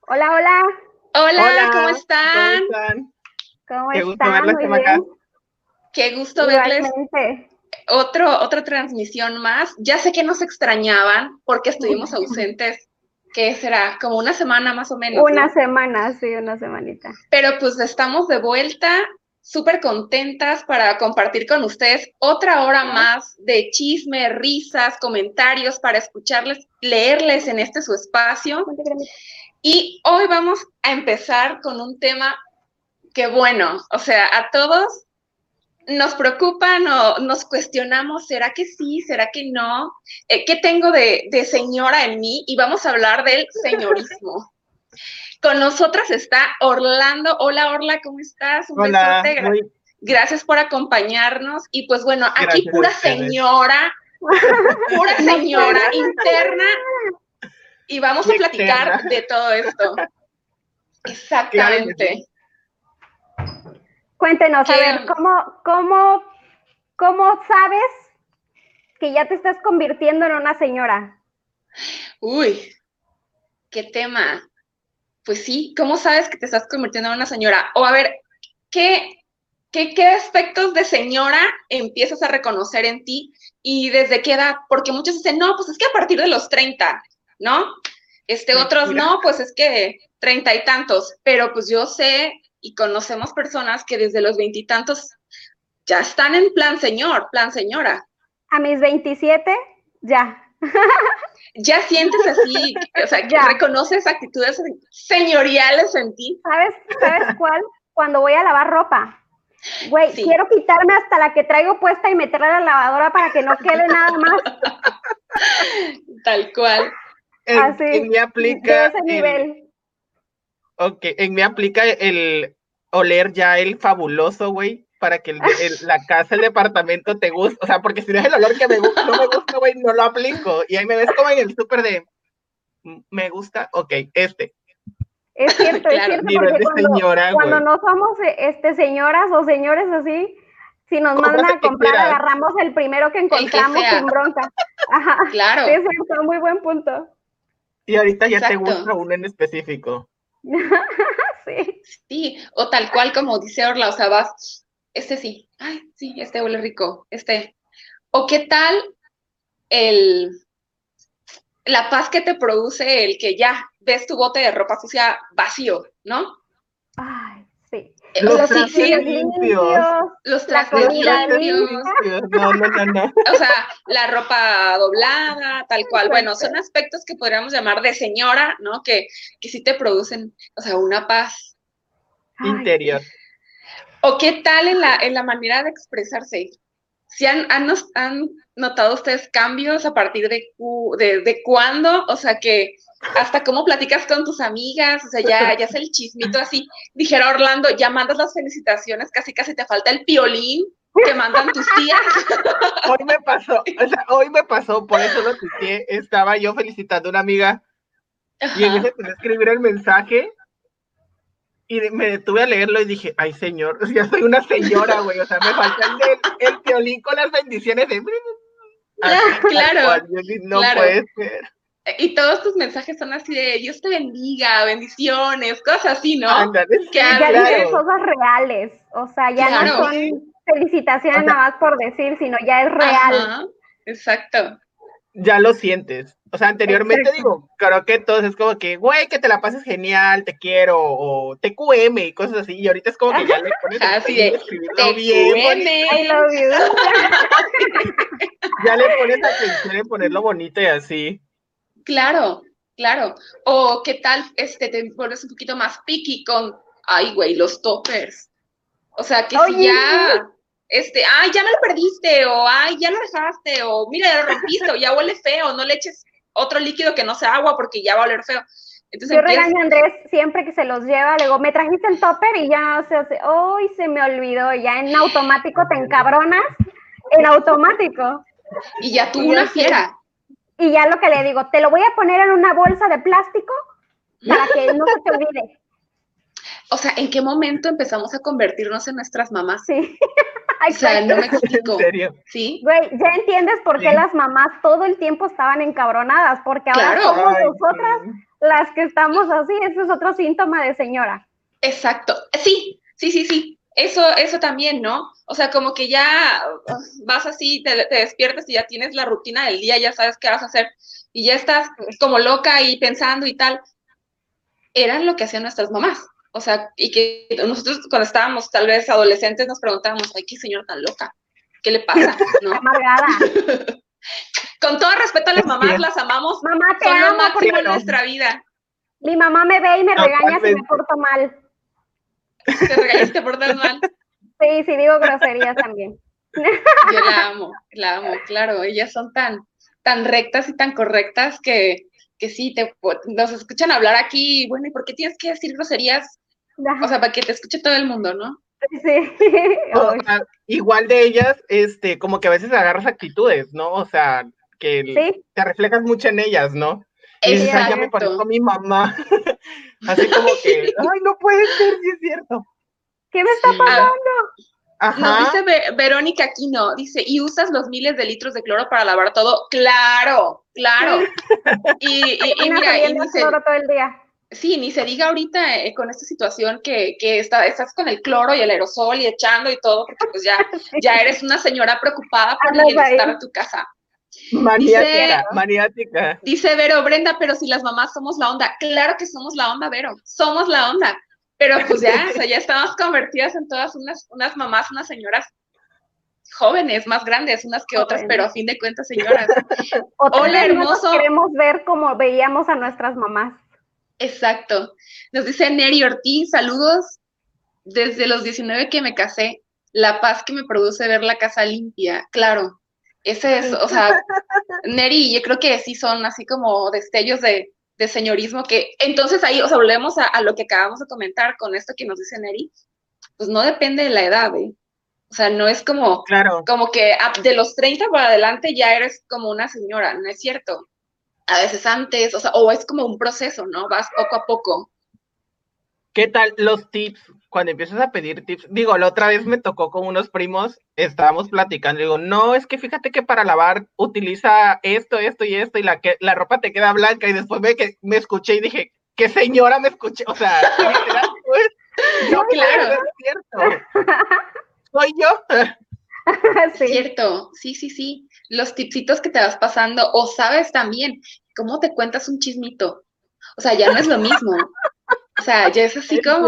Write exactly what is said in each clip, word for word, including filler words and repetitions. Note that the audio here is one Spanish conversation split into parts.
Hola, hola. Hola, ¿cómo Hola, ¿cómo están? están? ¿Cómo Qué gusto están? verlas Muy por acá. bien. Qué gusto verles. Igualmente. Otro, otra transmisión más. Ya sé que nos extrañaban porque estuvimos ausentes. ¿Qué será? Como una semana más o menos, Una ¿no? semana, sí, una semanita. Pero pues estamos de vuelta, súper contentas para compartir con ustedes otra hora más de chisme, risas, comentarios para escucharles, leerles en este su espacio. Ponte cremita. Y hoy vamos a empezar con un tema que, bueno, o sea, a todos nos preocupan o nos cuestionamos, ¿será que sí? ¿Será que no? Eh, ¿Qué tengo de, de señora en mí? Y vamos a hablar del señorismo. Con nosotras está Orlando. Hola, Orla, ¿cómo estás? Un Hola, besote. Gra- muy gracias por acompañarnos. Y pues bueno, aquí gracias a pura ustedes. señora, pura No señora puede interna y vamos Y a platicar externa, de todo esto. claro que sí. Exactamente. Cuéntenos, a ver, ¿Qué? ¿cómo, cómo, cómo sabes que ya te estás convirtiendo en una señora? Uy, qué tema. Pues sí, ¿cómo sabes que te estás convirtiendo en una señora? O a ver, ¿qué, qué, qué aspectos de señora empiezas a reconocer en ti y desde qué edad? Porque muchos dicen, no, pues es que a partir de los treinta, ¿no? Este, otros Mentira. no, pues es que treinta y tantos, pero pues yo sé y conocemos personas que desde los veintitantos ya están en plan señor, plan señora. A mis veintisiete, ya, Ya sientes así, o sea, que ya. reconoces actitudes señoriales en ti. ¿Sabes, sabes cuál? Cuando voy a lavar ropa. Güey, Sí, quiero quitarme hasta la que traigo puesta y meterla a la lavadora para que no quede nada más. tal cual. En, en Así, mí de aplica ese el, nivel. ok, en mí aplica el oler ya el fabuloso, güey, para que el, el- la casa, el departamento te guste. O sea, porque si no es el olor que me, gu- no me gusta, güey, no lo aplico. Y ahí me ves como en el súper de, "Mm, me gusta, ok, este, Es cierto, es Claro, cierto, nivel porque de cuando, señora, cuando güey. no somos eh, este, señoras o señores así, si nos Compras mandan el a que comprar, quieras. agarramos el primero que el que encontramos sin sea, bronca. Ajá, sí, claro, es cierto, muy buen punto. Y ahorita ya te gusta exacto. uno en específico. Sí. Sí, o tal cual como dice Orla, o sea, vas, este sí, ay, sí, este huele rico, este. O qué tal el, la paz que te produce el que ya ves tu bote de ropa sucia vacío, ¿no? Ay, sí. Eh, o Los sea, Los sí, trastes vestidos sí, limpios. limpios, los la trastes Los comida trastes limpios, limpia. limpios. No, no, no, no. o sea, la ropa doblada, tal cual. Bueno, Exacto. son aspectos que podríamos llamar de señora, ¿no? Que, que sí te producen, o sea, una paz. Ay, sí. Interior. ¿O qué tal en la, en la manera de expresarse? ¿Si han, han, nos- han notado ustedes cambios a partir de, cu- de, de cuándo? O sea, que hasta cómo platicas con tus amigas, o sea, ya, ya es el chismito así. Dijera Orlando, ya mandas las felicitaciones, casi casi te falta el piolín que mandan tus tías. Hoy me pasó, o sea, hoy me pasó, por eso lo tuiteé. Estaba yo felicitando a una amiga y en ese Ajá. empecé a escribir el mensaje y me detuve a leerlo y dije, ay señor, ya soy una señora, güey, o sea, me falta el, de, el violín con las bendiciones de... Así tal cual, Claro, yo dije, no claro. puede ser. Y todos tus mensajes son así de Dios te bendiga, bendiciones, cosas así, ¿no? Ándale, Que sí, Ya dice claro. alguien, cosas reales, o sea, ya no claro, son Sí, o felicitaciones sea, nada más por decir, sino ya es real. ajá, exacto. ya lo sientes. O sea, anteriormente Exacto. digo, creo que todos es como que, güey, que te la pases genial, te quiero, o T Q M y cosas así. Y ahorita es como que ya le pones Ajá, así empeño en de escribirlo bien bonito. I T Q M. love you. Ya le pones atención en ponerlo bonito y así. Claro, claro. O qué tal, este, te vuelves un poquito más picky con, ay, güey, los toppers. O sea, que si Oye, sí, ya, este, ay, ya me lo perdiste, o ay, ya lo dejaste, o mira, ya lo rompiste, o ya huele feo, no le eches otro líquido que no sea agua porque ya va a oler feo. Entonces yo empiezas, regaño a Andrés siempre que se los lleva, le digo, ¿me trajiste el topper? Y ya se hace, ¡ay, se me olvidó! Y ya en automático te encabronas, en automático. y ya tú Y yo una sí. fiera. Y ya lo que le digo, te lo voy a poner en una bolsa de plástico para que no se te olvide. O sea, ¿en qué momento empezamos a convertirnos en nuestras mamás? Sí, O sea, exacto. no me En explico, serio. ¿sí? Güey, ya entiendes por qué Sí. las mamás todo el tiempo estaban encabronadas, porque ahora Claro, somos Ay, nosotras sí. las que estamos así, ese es otro síntoma de señora. Exacto, sí, sí, sí, sí, eso, eso también, ¿no? O sea, como que ya vas así, te, te despiertas y ya tienes la rutina del día, ya sabes qué vas a hacer, y ya estás como loca y pensando y tal. Eran lo que hacían nuestras mamás, o sea, y que nosotros cuando estábamos tal vez adolescentes nos preguntábamos, ay, qué señora tan loca, ¿qué le pasa? ¿No? Amargada. Con todo respeto a las mamás, las amamos, mamá, te son amo, lo máximo porque en nuestra vida. Mi mamá me ve y me regaña si me porto mal. ¿Te regañas si te portas mal? Sí, sí digo groserías también. Yo la amo, la amo, claro, ellas son tan, tan rectas y tan correctas que, que sí, te, nos escuchan hablar aquí, bueno, ¿y por qué tienes que decir groserías? O sea, para que te escuche todo el mundo, ¿no? Sí. O sea, igual de ellas, este, como que a veces agarras actitudes, ¿no? O sea, que ¿Sí? te reflejas mucho en ellas, ¿no? Y dices, ay, ya me parezco a mi mamá. Así como que, ay, no puede ser, sí es cierto. ¿Qué me está pasando? Ajá. Nos dice Ve Verónica Aquino, dice, ¿y usas los miles de litros de cloro para lavar todo? ¡Claro! ¡Claro! Sí. Y, y, y mira, y ni se, cloro todo el día. Sí, ni se diga ahorita eh, con esta situación que, que está, estás con el cloro y el aerosol y echando y todo, porque pues ya, sí. ya eres una señora preocupada por el bienestar de tu casa. Maniática, dice, maniática. Dice Vero, Brenda, pero si las mamás somos la onda. Claro que somos la onda, Vero, somos la onda. Pero pues ya, o sea, ya estamos convertidas en todas unas, unas mamás, unas señoras jóvenes, más grandes unas que otras, pero a fin de cuentas, señoras. Hola, hermoso. Queremos ver como veíamos a nuestras mamás. Exacto. Nos dice Neri Ortiz, saludos desde los diecinueve que me casé, la paz que me produce ver la casa limpia. Claro, ese es, o sea, Neri, yo creo que sí son así como destellos de, de señorismo que, entonces ahí, o sea, volvemos a, a lo que acabamos de comentar con esto que nos dice Neri, pues no depende de la edad, ¿eh? O sea, no es como, claro. como que de los treinta para adelante ya eres como una señora, no es cierto. A veces antes, o sea, o es como un proceso, ¿no? Vas poco a poco. ¿Qué tal los tips? Cuando empiezas a pedir tips, digo, la otra vez me tocó con unos primos, estábamos platicando, digo, no, es que fíjate que para lavar utiliza esto, esto y esto, y la, que, la ropa te queda blanca, y después me, que, me escuché y dije, ¿qué señora me escuché? O sea, literal, pues, yo, no, claro. Es cierto. ¿Soy yo? Sí. Cierto, sí, sí, sí. Los tipsitos que te vas pasando, o sabes también cómo te cuentas un chismito. O sea, ya no es lo mismo. O sea, ya es así como,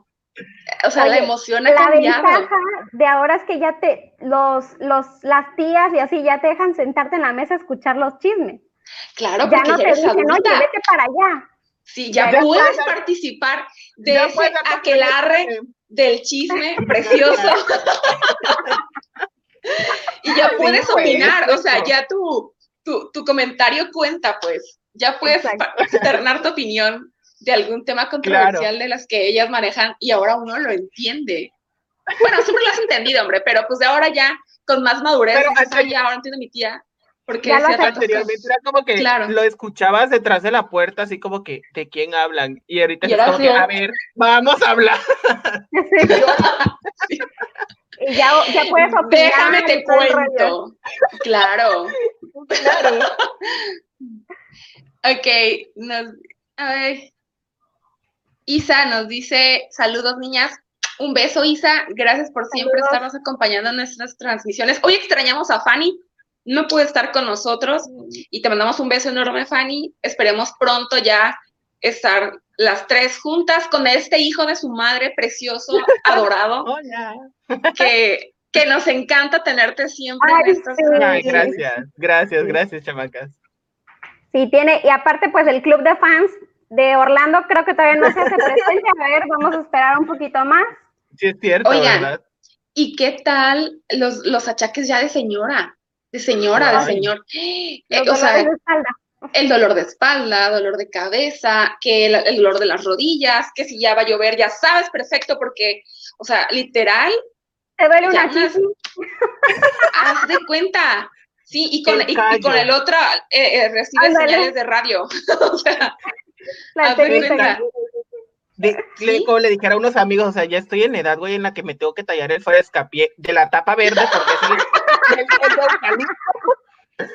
o sea, Oye, la emoción ha la cambiado. La ventaja de ahora es que ya te, los, los, las tías y así ya te dejan sentarte en la mesa a escuchar los chismes. Claro, ya porque no ya te eres dicen, adulta. oye, vete para allá. Sí, ya, ya puedes puedes participar de ese aquelarre del chisme precioso. Y ya puedes sí, opinar, pues, o sea, ya tu, tu, tu comentario cuenta, pues. Ya puedes externar tu opinión de algún tema controversial claro. de las que ellas manejan y ahora uno lo entiende. Bueno, siempre lo has entendido, hombre, pero pues de ahora ya, con más madurez, pero dices, oye, ahora entiendo a mi tía. Porque ya lo anteriormente era como que claro. lo escuchabas detrás de la puerta, así como que, ¿de quién hablan? Y ahorita y es como que, a ver, vamos a hablar. Sí. Sí. Y ya, ya puedes opinar. Déjame te cuento. Claro. Claro. Ok, nos, a ver. Isa nos dice, saludos niñas, un beso Isa, gracias por siempre saludos. Estarnos acompañando en nuestras transmisiones. Hoy extrañamos a Fanny, no puede estar con nosotros y te mandamos un beso enorme Fanny, esperemos pronto ya estar las tres juntas con este hijo de su madre precioso, adorado, Hola. que, que nos encanta tenerte siempre Ay, en estas sí. transmisiones. Gracias, gracias, gracias chamacas. Sí, tiene, y aparte pues el club de fans de Orlando creo que todavía no se hace presente, a ver, vamos a esperar un poquito más. Sí, es cierto, Oigan, ¿verdad? ¿y qué tal los, los achaques ya de señora? De señora, Ay. de señor. Eh, o sea, de espalda. El dolor de espalda, dolor de cabeza, que el, el dolor de las rodillas, que si ya va a llover, ya sabes perfecto porque, o sea, literal. ¿Te duele una chichi? Haz de cuenta. Sí, y con el, y, y con el otro eh, eh, recibe Ándale. señales de radio. O sea, haz de cuenta. De, ¿Sí? le, como le dijera a unos amigos, o sea, ya estoy en edad, güey, en la que me tengo que tallar el fuera de escapié de la tapa verde porque es el, el, el, el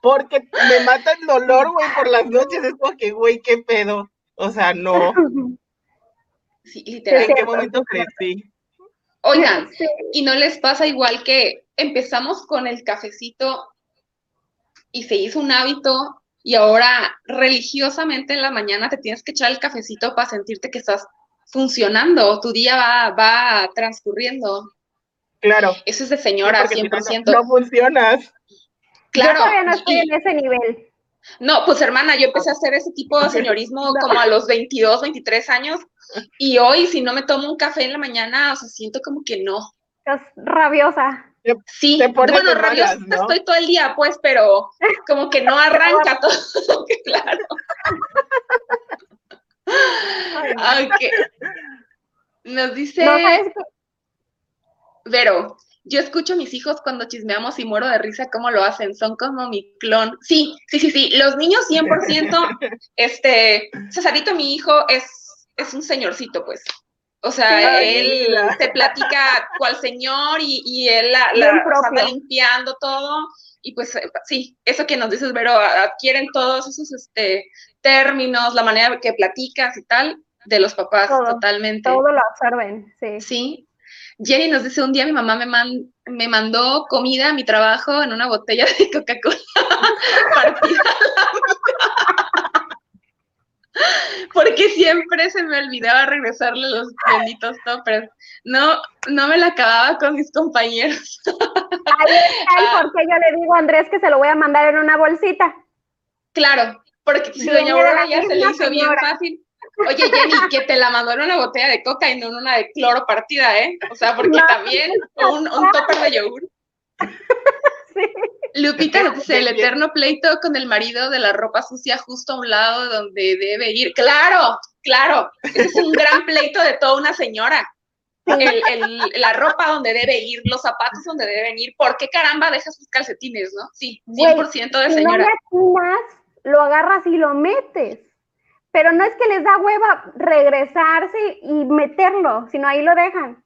porque me mata el dolor, güey, por las noches. Es como que, güey, qué pedo. O sea, no. Sí, literal. ¿En qué momento crecí? Oigan, Sí. ¿y no les pasa igual que empezamos con el cafecito y se hizo un hábito y ahora religiosamente en la mañana te tienes que echar el cafecito para sentirte que estás funcionando, tu día va, va transcurriendo? Claro. Eso es de Sí, señora, porque si cien no, por no, ciento. no funcionas. Yo Claro. todavía no estoy y- en ese nivel. No, pues hermana, yo empecé a hacer ese tipo de señorismo como a los veintidós, veintitrés años y hoy si no me tomo un café en la mañana, o sea, siento como que no. Estás rabiosa. Te, Sí, te pones bueno, de rabiosa malas, ¿no? estoy todo el día, pues, pero como que no arranca todo, claro. Ay, no. Aunque nos dice No, ¿sabes qué? Vero, yo escucho a mis hijos cuando chismeamos y muero de risa cómo lo hacen, son como mi clon. Sí, sí, sí, sí, los niños cien por ciento, este, Cesarito, mi hijo, es, es un señorcito, pues. O sea, Ay, él mira. te platica cual señor y, y él la, Bien la- o sea, anda propio. limpiando todo. Y pues eh, sí, eso que nos dices, Vero, a- adquieren todos esos este, términos, la manera que platicas y tal, de los papás, Todo, totalmente. todo lo absorben, sí. Sí. Jenny nos dice, un día mi mamá me, man- me mandó comida a mi trabajo en una botella de Coca-Cola partida a la mitad, porque siempre se me olvidaba regresarle los benditos toppers. No, no me la acababa con mis compañeros. Ahí está el Ah, por qué yo le digo a Andrés que se lo voy a mandar en una bolsita. claro, porque si Viene doña de Aurora la ya se le misma hizo bien señora. fácil. Oye, Jenny, que te la mandó en una botella de coca y no en una de cloro partida, ¿eh? O sea, porque No, también un, un topper de yogur. sí. Lupita nos dice, el Bien, bien. eterno pleito con el marido de la ropa sucia justo a un lado de donde debe ir. Claro, claro, ese es un gran pleito de toda una señora. Sí. El, el, la ropa donde debe ir, los zapatos donde deben ir. ¿Por qué caramba deja sus calcetines, no? Sí, cien por ciento de Güey, si señora. no le atinas, lo agarras y lo metes. Pero no es que les da hueva regresarse y meterlo, sino ahí lo dejan.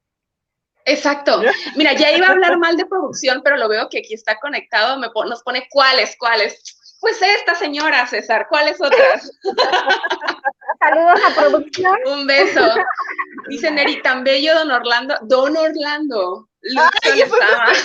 Exacto. Mira, ya iba a hablar mal de producción, pero lo veo que aquí está conectado, me pon, nos pone cuáles, cuáles. Pues esta señora, César, ¿cuáles otras? Saludos a producción. Un beso. Dice Neri, tan bello don Orlando. Don Orlando. Lucho Ay, les eso no ama.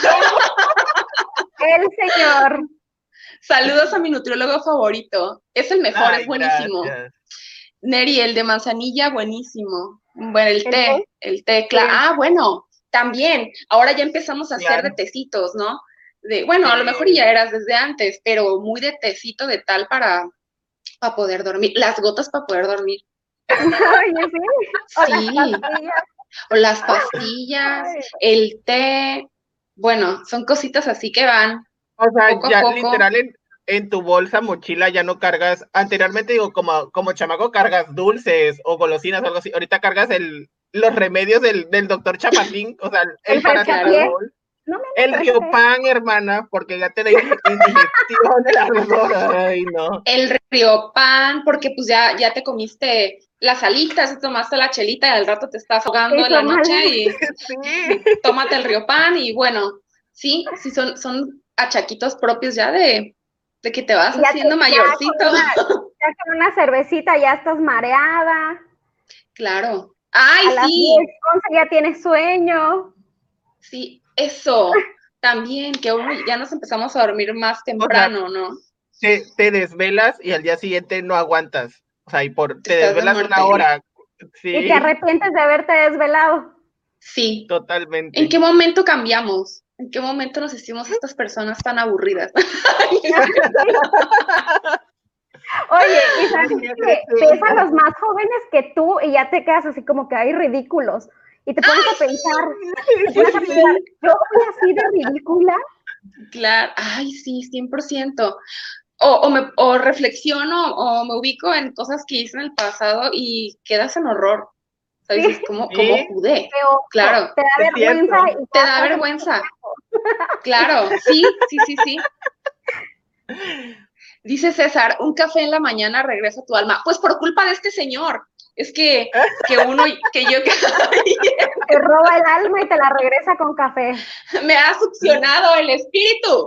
El señor. Saludos a mi nutriólogo favorito. Es el mejor, Ay, es buenísimo. gracias. Neri, el de manzanilla, buenísimo. Bueno, el, ¿El té, té? el té, claro. Sí. Ah, bueno, también. Ahora ya empezamos a hacer Claro. de tecitos, ¿no? De, bueno, a lo mejor Sí. ya eras desde antes, pero muy de tecito de tal para, para poder dormir. Las gotas para poder dormir. Oye, sí. O las Sí. pastillas. O las pastillas, Ay. el té. Bueno, son cositas así que van O sea, poco a ya poco. literal en, en tu bolsa, mochila, ya no cargas. Anteriormente, digo, como, como chamaco cargas dulces o golosinas o algo así. Ahorita cargas el, los remedios del, del doctor Chapatín, o sea, el, El paracetamol, frescapié. No me el frescapié. Riopan, hermana, porque ya te da indi- indigestión el ardor. Ay, no. El Riopan, porque pues ya, ya te comiste las alitas, tomaste la chelita y al rato te estás ahogando en la Hizo noche mal. y Sí. tómate el Riopan y bueno, sí, sí son, son achaquitos propios ya de, de que te vas Ya haciendo te- ya mayorcito. con una- Ya con una cervecita ya estás mareada. Claro. Ay, A las sí, diez, once ya tienes sueño. sí, eso. También, que uno ya nos empezamos a dormir más temprano, ¿no? Te, te desvelas y al día siguiente no aguantas. O sea, y por, te Estás de desvelas muerte. una hora. Y Sí, te arrepientes de haberte desvelado. Sí. totalmente. ¿En qué momento cambiamos? ¿En qué momento nos hicimos estas personas tan aburridas? Oye, y sabes Ay, ya que crecí. ves a los más jóvenes que tú y ya te quedas así como que hay ridículos. Y te pones a pensar, te pones a pensar, yo fui así de ridícula. Claro, ay, sí, cien por ciento. O, o, me, o reflexiono o me ubico en cosas que hice en el pasado y quedas en horror. O sea, dices, ¿cómo, Sí. ¿cómo pude? Qué oso, Claro, te da es vergüenza. cierto. Y te ya da estás en- vergüenza. Claro, sí, sí, sí, sí. Dice César, un café en la mañana regresa tu alma. Pues por culpa de este señor. Es que, que uno, que yo te roba el alma y te la regresa con café. Me ha succionado el espíritu.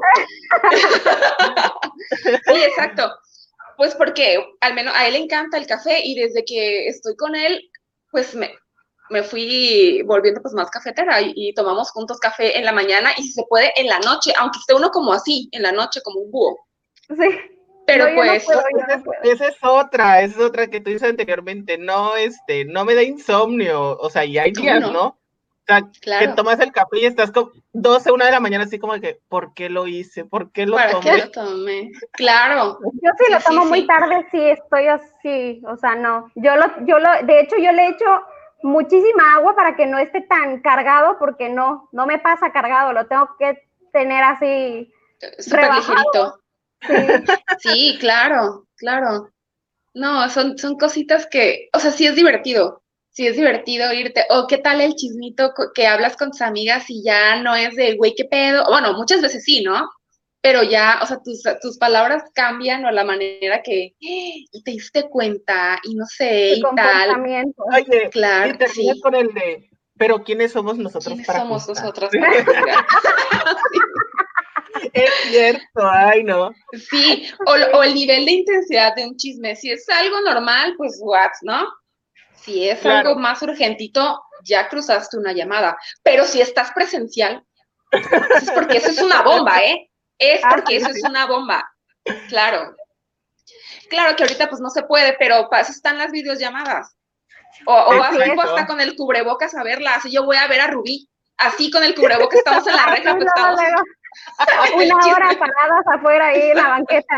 Sí, exacto. Pues porque al menos a él le encanta el café y desde que estoy con él, pues me, me fui volviendo pues más cafetera y, y tomamos juntos café en la mañana y si se puede en la noche, aunque esté uno como así, en la noche como un búho. Sí. Pero no, pues... No puedo, esa, no puedo. esa es otra, esa es otra que tú dices anteriormente. No, este, no me da insomnio. O sea, y hay días, no? ¿no? O sea, claro. que tomas el café y estás como doce, una de la mañana, así como que, ¿por qué lo hice? ¿Por qué lo ¿Para tomé? qué lo tomé? Claro. Yo sí, sí lo tomo sí, muy sí. tarde, sí, estoy así, o sea, no. Yo lo, yo lo, de hecho, yo le echo muchísima agua para que no esté tan cargado, porque no, no me pasa cargado, lo tengo que tener así. Súper ligerito. Sí. Sí, claro, claro. No, son, son cositas que, o sea, sí es divertido. Sí es divertido irte, o qué tal el chismito que hablas con tus amigas y ya no es de, güey, qué pedo. Bueno, muchas veces sí, ¿no? Pero ya, o sea, tus, tus palabras cambian o la manera que, y te diste cuenta, y no sé, Tu y tal. comportamiento. Oye, Claro, y terminas sí. con el de, pero ¿quiénes somos nosotros ¿Quiénes para somos juzgar? nosotras para juzgar? Sí. Es cierto, ay, no. Sí, o, o el nivel de intensidad de un chisme. Si es algo normal, pues what, ¿no? Si es Claro. algo más urgentito, ya cruzaste una llamada. Pero si estás presencial, eso es porque eso es una bomba, ¿eh? Es porque eso es una bomba. Claro. Claro que ahorita pues no se puede, pero para eso están las videollamadas. O, o vas tipo hasta con el cubrebocas a verlas. Y yo voy a ver a Rubí. Así con el cubrebocas estamos en la reja, pues estamos... Una hora paradas afuera ahí en la banqueta.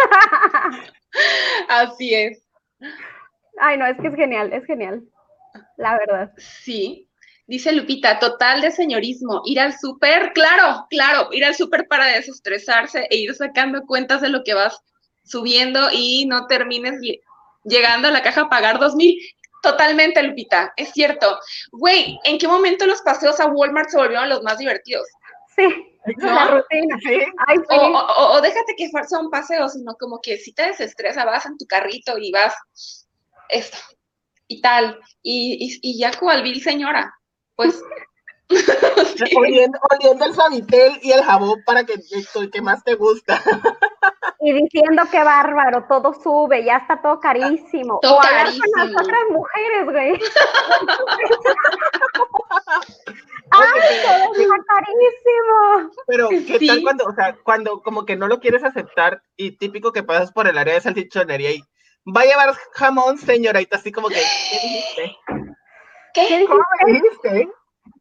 Así es. Ay, no, es que es genial, es genial. La verdad. Sí. Dice Lupita, total de señorismo, ir al súper, claro, claro, ir al súper para desestresarse e ir sacando cuentas de lo que vas subiendo y no termines llegando a la caja a pagar dos mil. Totalmente, Lupita, es cierto. Güey, ¿en qué momento los paseos a Walmart se volvieron los más divertidos? Sí, ¿no? La rutina. Sí. Ay, sí. O, o, o déjate que sea un paseo, sino como que si te desestresa, vas en tu carrito y vas esto y tal, y, y, y ya cual vil señora, pues... sí. oliendo, oliendo el Suavitel y el jabón para que el que más te gusta. Y diciendo que bárbaro, todo sube, ya está todo carísimo. Todo o carísimo. hablar con las otras mujeres, güey. Oye, ¡Ay, todo está carísimo! Pero, ¿qué sí. tal cuando, o sea, cuando como que no lo quieres aceptar y típico que pasas por el área de salchichonería y va a llevar jamón, señorita, así como que, ¿qué dijiste? ¿Qué? ¿Qué ¿Cómo dijiste? dijiste?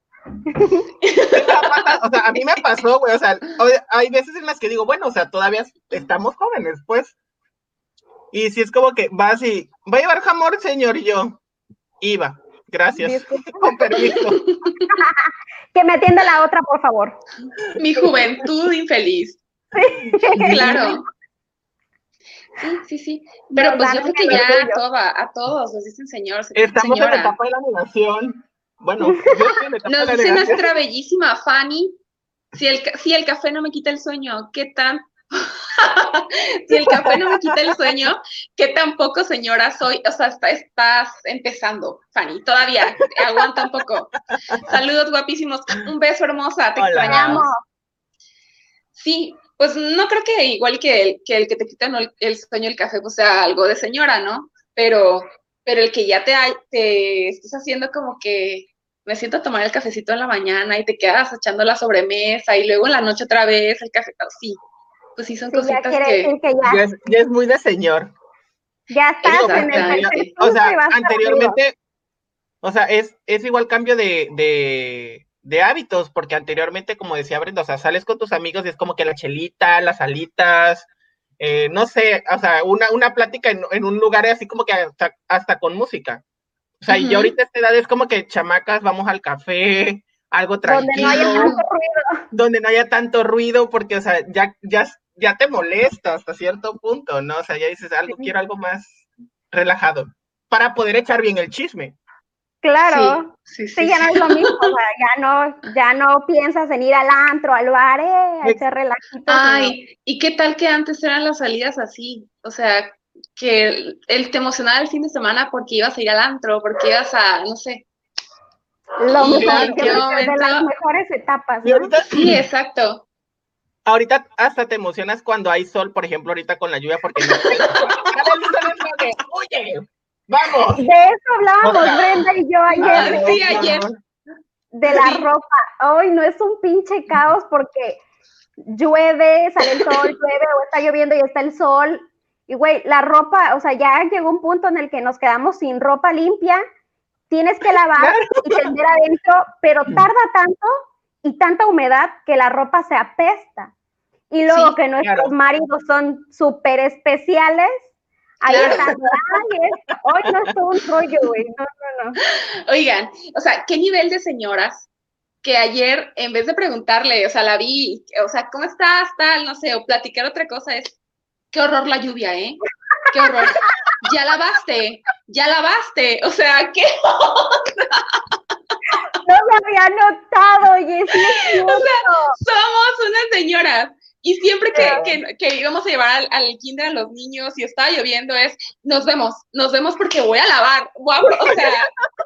O sea, a mí me pasó, güey, o sea, hay veces en las que digo, bueno, o sea, todavía estamos jóvenes, pues. Y si es como que vas y, ¿va a llevar jamón, señor? Y yo, iba, gracias, Disculpa. con permiso. Que me atienda la otra, por favor. Mi juventud infeliz. Sí. Claro. Sí, sí, sí. Pero pues yo creo que ya a, toda, a todos nos dicen señor, Estamos señora. en la etapa de la negación. Bueno, yo estoy en la etapa nos de la dice negación. nuestra bellísima Fanny, si el, si el café no me quita el sueño, ¿qué tan? Si el café no me quita el sueño, ¿qué tampoco, señora, soy? O sea, está, estás empezando, Fanny, todavía, aguanta un poco. Saludos guapísimos, un beso hermosa, te Hola. extrañamos. Sí, pues no creo que igual que el que, el que te quita ¿no? el, el sueño el café, pues sea algo de señora, ¿no? Pero, pero el que ya te, te estés haciendo como que me siento a tomar el cafecito en la mañana y te quedas echando la sobremesa y luego en la noche otra vez el café, sí, pues sí son sí, cositas ya quiere que... decir que ya. Ya es, ya es muy de señor. Ya estás en el anterior, o sea, anteriormente, o sea, es, es igual cambio de, de, de hábitos, porque anteriormente, como decía Brenda, o sea, sales con tus amigos y es como que la chelita, las alitas, eh, no sé, o sea, una, una plática en, en un lugar así como que hasta, hasta con música. O sea, uh-huh. Y yo ahorita a esta edad es como que chamacas, vamos al café, algo tranquilo. Donde no haya tanto ruido. Donde no haya tanto ruido, porque, o sea, ya, ya, ya te molesta hasta cierto punto, ¿no? O sea, ya dices algo, sí. Quiero algo más relajado, para poder echar bien el chisme. Claro, sí, sí, sí, sí ya sí. no es lo mismo, o sea, ya no, ya no piensas en ir al antro, al bar, eh, a echar relajitos. Ay, ¿y qué tal que antes eran las salidas así? O sea, que él, él te emocionaba el fin de semana porque ibas a ir al antro, porque ibas a, no sé. Lo ¿Y mejor, en yo qué creo que momento? de las mejores etapas, Y ¿no? ahorita, Sí, exacto. ahorita hasta te emocionas cuando hay sol, por ejemplo, ahorita con la lluvia, porque no puedes. Sale el sol, es como que, oye, vamos. De eso hablábamos O sea, Brenda y yo ayer, Ah, de, sí, no, ayer. de la Sí. ropa. Hoy no es un pinche caos porque llueve, sale el sol, llueve o está lloviendo y está el sol. Y güey, la ropa, o sea, ya llegó un punto en el que nos quedamos sin ropa limpia, tienes que lavar claro. y tender adentro, pero tarda tanto y tanta humedad que la ropa se apesta. Y luego Sí, que nuestros claro. maridos son súper especiales, ahí Claro. están, ay, es, hoy no es todo un rollo, güey, no, no, no. Oigan, o sea, ¿qué nivel de señoras que ayer, en vez de preguntarle, o sea, la vi, o sea, ¿cómo estás, tal, no sé, o platicar otra cosa, es, qué horror la lluvia, ¿eh? Qué horror. Ya lavaste, ya lavaste, o sea, ¿qué? No me había notado, oye, sí es cierto. O sea, somos unas señoras. Y siempre que, que, que íbamos a llevar al, al kinder a los niños y estaba lloviendo es, nos vemos, nos vemos porque voy a lavar. Guapo, o sea,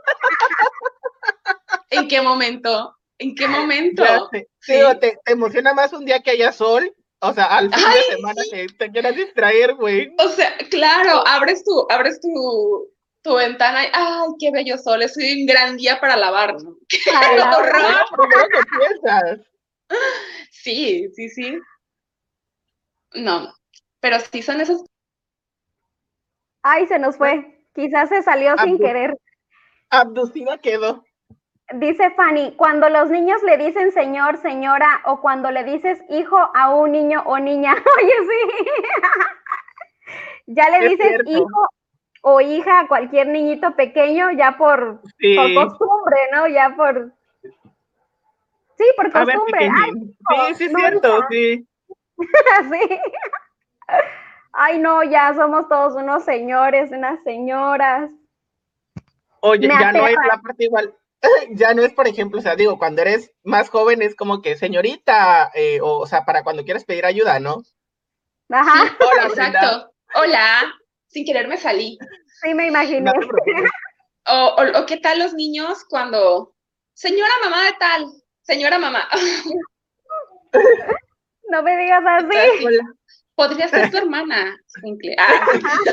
¿en qué momento? ¿En qué momento? Ya sé. Sí. Digo, te, te emociona más un día que haya sol, o sea, al fin Ay, de semana sí. que te quieras distraer, güey. O sea, claro, abres tu, abres tu, tu ventana y, ay, qué bello sol, es un gran día para lavar, ¿no? ¡Qué Para horror! Es lo primero que piensas. Sí, sí, sí. No, pero sí son esos. Ay, se nos fue. Quizás se salió sin Abdu querer. abducida quedó. Dice Fanny, cuando los niños le dicen señor, señora, o cuando le dices hijo a un niño o niña, oye, sí. Ya le Es dices cierto. hijo o hija a cualquier niñito pequeño, ya por, Sí. por costumbre, ¿no? Ya por... Sí, por A ver, costumbre. pequeñín. Ay, Sí, sí, es no, cierto, sí. sí. Ay, no, ya somos todos unos señores, unas señoras. Oye, Me ya no es aterra. la parte igual. Ya no es, por ejemplo, o sea, digo, cuando eres más joven es como que señorita, eh, o, o sea, para cuando quieres pedir ayuda, ¿no? Ajá, Sí, Hola, exacto. Brenda. Hola, sin querer me salí. sí me imaginé. No te preocupes. O, o, o qué tal los niños cuando, señora mamá de tal, señora mamá. No me digas así. Hola. Podría ser tu hermana, escuincle. Ah,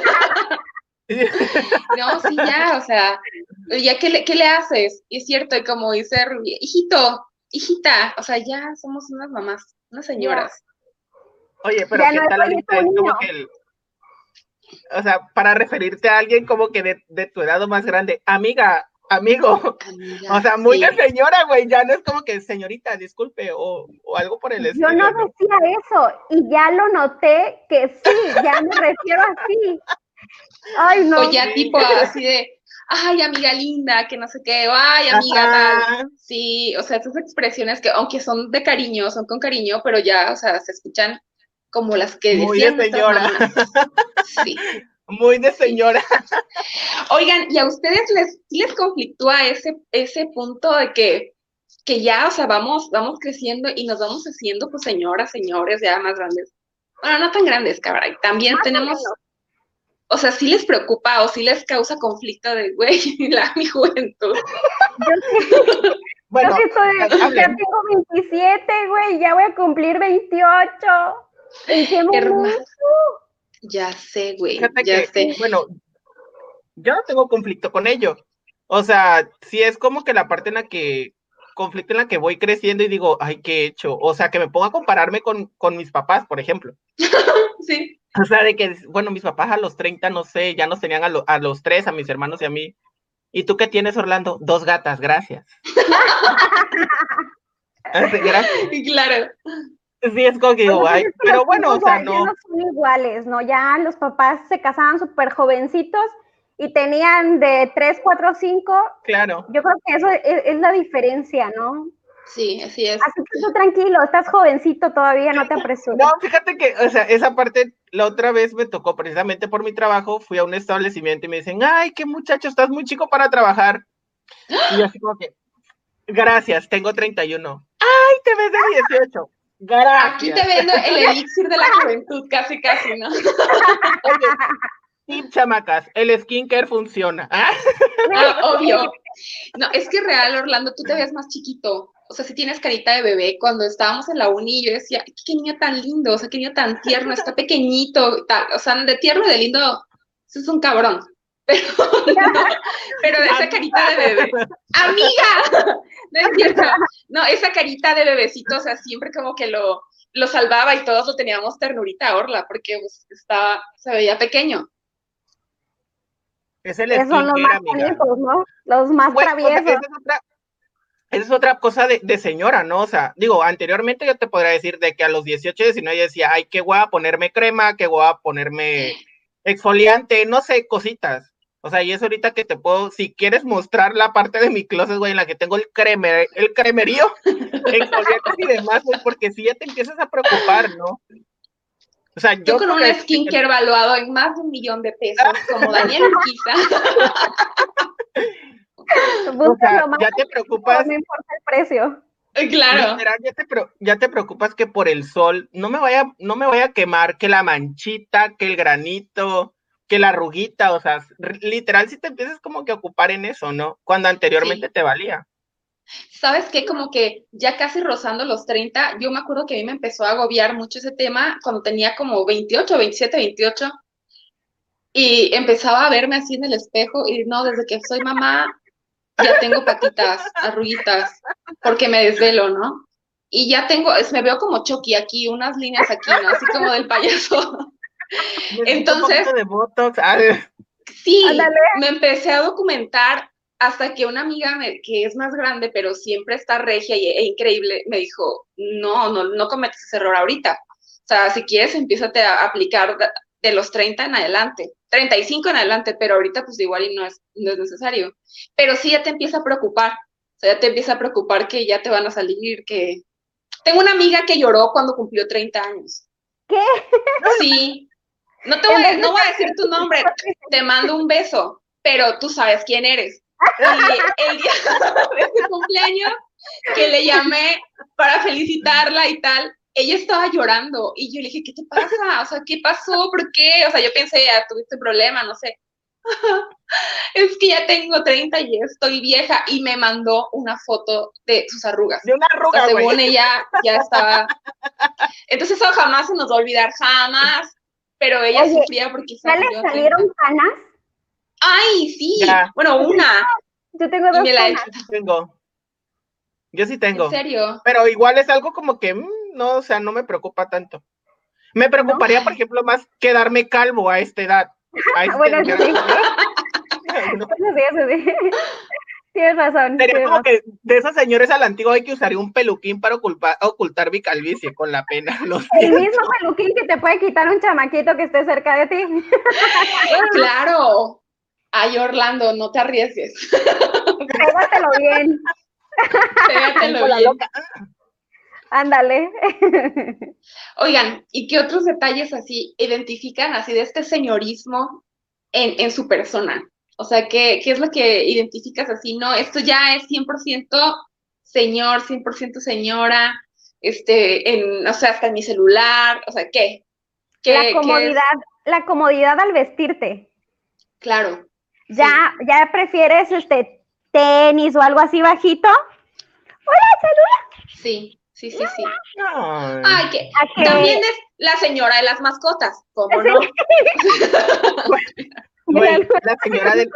no, sí, ya, o sea, ya, ¿qué le, qué le haces? Y es cierto, y como dice Rubí, hijito, hijita, o sea, ya somos unas mamás, unas señoras. Oye, pero Ya ¿qué no es tal oye ahorita? tu Es niño. como que el, o sea, para referirte a alguien como que de, de tu edad o más grande, amiga, amigo, Amiga, o sea, muy sí. de señora, güey, ya no es como que señorita, disculpe, o, o algo por el Yo estilo, no ¿no? decía eso y ya lo noté que sí, ya me refiero así. Ay, no. O ya Sí. tipo así de, ay, amiga linda, que no sé qué, o ay, amiga Ajá. tal. Sí, o sea, esas expresiones que aunque son de cariño, son con cariño, pero ya, o sea, se escuchan como las que Muy de decían nuestras señora. mamás. Sí. Muy de Sí. señora. Oigan, ¿y a ustedes les, sí les conflictúa ese, ese punto de que, que ya, o sea, vamos, vamos creciendo y nos vamos haciendo, pues, señoras, señores, ya más grandes? Bueno, no tan grandes, cabrón. También Más o tenemos, menos. o sea, sí les preocupa o sí les causa conflicto de, güey, la, mi juventud. Yo sí, Bueno, yo sí estoy, ya hablen. tengo veintisiete, güey, ya voy a cumplir veintiocho. ¿En qué Hermano, momento? ya sé, güey, Fíjate ya que, sé. bueno, yo no tengo conflicto con ello. O sea, sí es como que la parte en la que, conflicto en la que voy creciendo y digo, ay, ¿qué he hecho? O sea, que me pongo a compararme con, con mis papás, por ejemplo. Sí. O sea, de que, bueno, mis papás a los treinta, no sé, ya nos tenían a, lo, a los tres, a mis hermanos y a mí. ¿Y tú qué tienes, Orlando? Dos gatas, gracias. Así, gracias. Claro. Sí, es como que digo, Pues ay, es que pero los bueno, o tiempos sea, ya, ya no, no son iguales, ¿no? Ya los papás se casaban súper jovencitos y tenían de tres, cuatro, cinco. claro. Yo creo que eso es, es la diferencia, ¿no? Sí, así es. Así que tú tranquilo, estás jovencito todavía, no te apresures. No, fíjate que, o sea, esa parte la otra vez me tocó precisamente por mi trabajo, fui a un establecimiento y me dicen, ay, qué muchacho, estás muy chico para trabajar. Y yo así como que, gracias, tengo treinta y uno. Ay, te ves de dieciocho. Gracias. Aquí te vendo el elixir de la juventud, casi, casi, ¿no? Oye, tip, chamacas, el skincare funciona. ¿Ah? Ah, obvio. No, es que real, Orlando, tú te ves más chiquito. O sea, si tienes carita de bebé. Cuando estábamos en la uni, yo decía, qué niño tan lindo, o sea, qué niño tan tierno, está pequeñito, tal. O sea, de tierno y de lindo, eso es un cabrón. Pero, no, pero de esa carita de bebé. ¡Amiga! No es cierto. No, esa carita de bebecito, o sea, siempre como que lo, lo salvaba y todos lo teníamos ternurita a Orla, porque pues, estaba, se veía pequeño. Es el Esos son los skincare, más amiga. bonitos, ¿no? Los más Güey, o sea, traviesos. esa es otra, esa es otra cosa de, de señora, ¿no? O sea, digo, anteriormente yo te podría decir de que a los dieciocho, diecinueve yo decía, ay, qué guay ponerme crema, qué guay ponerme exfoliante, no sé, cositas. O sea, y es ahorita que te puedo, si quieres mostrar la parte de mi closet, güey, en la que tengo el cremer, el cremerío, exfoliantes y demás, güey, porque si ya te empiezas a preocupar, ¿no? O sea, Tú yo con un podría decir que, skincare valuado en más de un millón de pesos, como Daniel Urquiza. o Buscas sea, lo más ya te barato, preocupas, no importa el precio. Claro. literal, ya te, pre- ya te preocupas que por el sol no me vaya, no me vaya a quemar, que la manchita, que el granito, que la arruguita, o sea, r- literal, si te empiezas como que a ocupar en eso, ¿no? Cuando anteriormente Sí. te valía. ¿Sabes qué? Como que ya casi rozando los treinta, yo me acuerdo que a mí me empezó a agobiar mucho ese tema cuando tenía como veintiocho, veintisiete, veintiocho, y empezaba a verme así en el espejo y no, desde que soy mamá ya tengo patitas, arruguitas, porque me desvelo, ¿no? Y ya tengo, es, me veo como Chucky aquí, unas líneas aquí, ¿no? Así como del payaso. Necesito un Entonces, poquito de Botox. Ah, sí, Ándale. me empecé a documentar hasta que una amiga me, que es más grande, pero siempre está regia y, e increíble, me dijo, no, no, no cometes ese error ahorita. O sea, si quieres, empiézate a aplicar de, de los treinta en adelante, treinta y cinco en adelante, pero ahorita pues igual y no es, no es necesario. Pero sí ya te empieza a preocupar, o sea, ya te empieza a preocupar que ya te van a salir, que... Tengo una amiga que lloró cuando cumplió treinta años. ¿Qué? Sí, no te voy, En vez de no voy a decir tu nombre, te mando un beso, pero tú sabes quién eres. Y el día de su cumpleaños, que le llamé para felicitarla y tal, ella estaba llorando y yo le dije, ¿qué te pasa? O sea, ¿qué pasó? ¿Por qué? O sea, yo pensé, ya tuviste problema, no sé. Es que ya tengo treinta y estoy vieja y me mandó una foto de sus arrugas. de una O sea, arruga, güey. según ella, ya estaba. Entonces eso jamás se nos va a olvidar, jamás. Pero ella Oye, sufría porque ¿ya estaba le cumpliendo salieron treinta. canas? ¡Ay, sí! Ya, Bueno, una. Yo tengo Y dos me la he canas. hecho. tengo. Yo sí ¿En tengo. serio? Pero igual es algo como que, mm, no, o sea, no me preocupa tanto. Me ¿No? preocuparía, por Ay, ejemplo, más quedarme calvo a esta edad. Ahí sí Bueno, tendría eso sí. no. Bueno, sí, eso sí. Tienes razón, Sería tienes como razón. que de esos señores a la antigua hay que usar un peluquín para ocultar, ocultar mi calvicie con la pena. Lo El mismo siento. peluquín que te puede quitar un chamaquito que esté cerca de ti. claro. Ay, Orlando, no te arriesgues. Pégatelo bien. Pégatelo Como la bien. loca. Ándale. Oigan, ¿y qué otros detalles así identifican así de este señorismo en, en su persona? O sea, ¿qué, ¿qué es lo que identificas así? No, esto ya es cien por ciento señor, cien por ciento señora, este, en, o sea, hasta en mi celular, o sea, ¿qué? La ¿Qué, qué es? comodidad, la comodidad al vestirte. Claro, Ya, sí, ya prefieres este tenis o algo así bajito. sí, sí, sí, sí. Ay, Ay, que A también que es la señora de las mascotas, ¿cómo sí, no? güey, la señora del.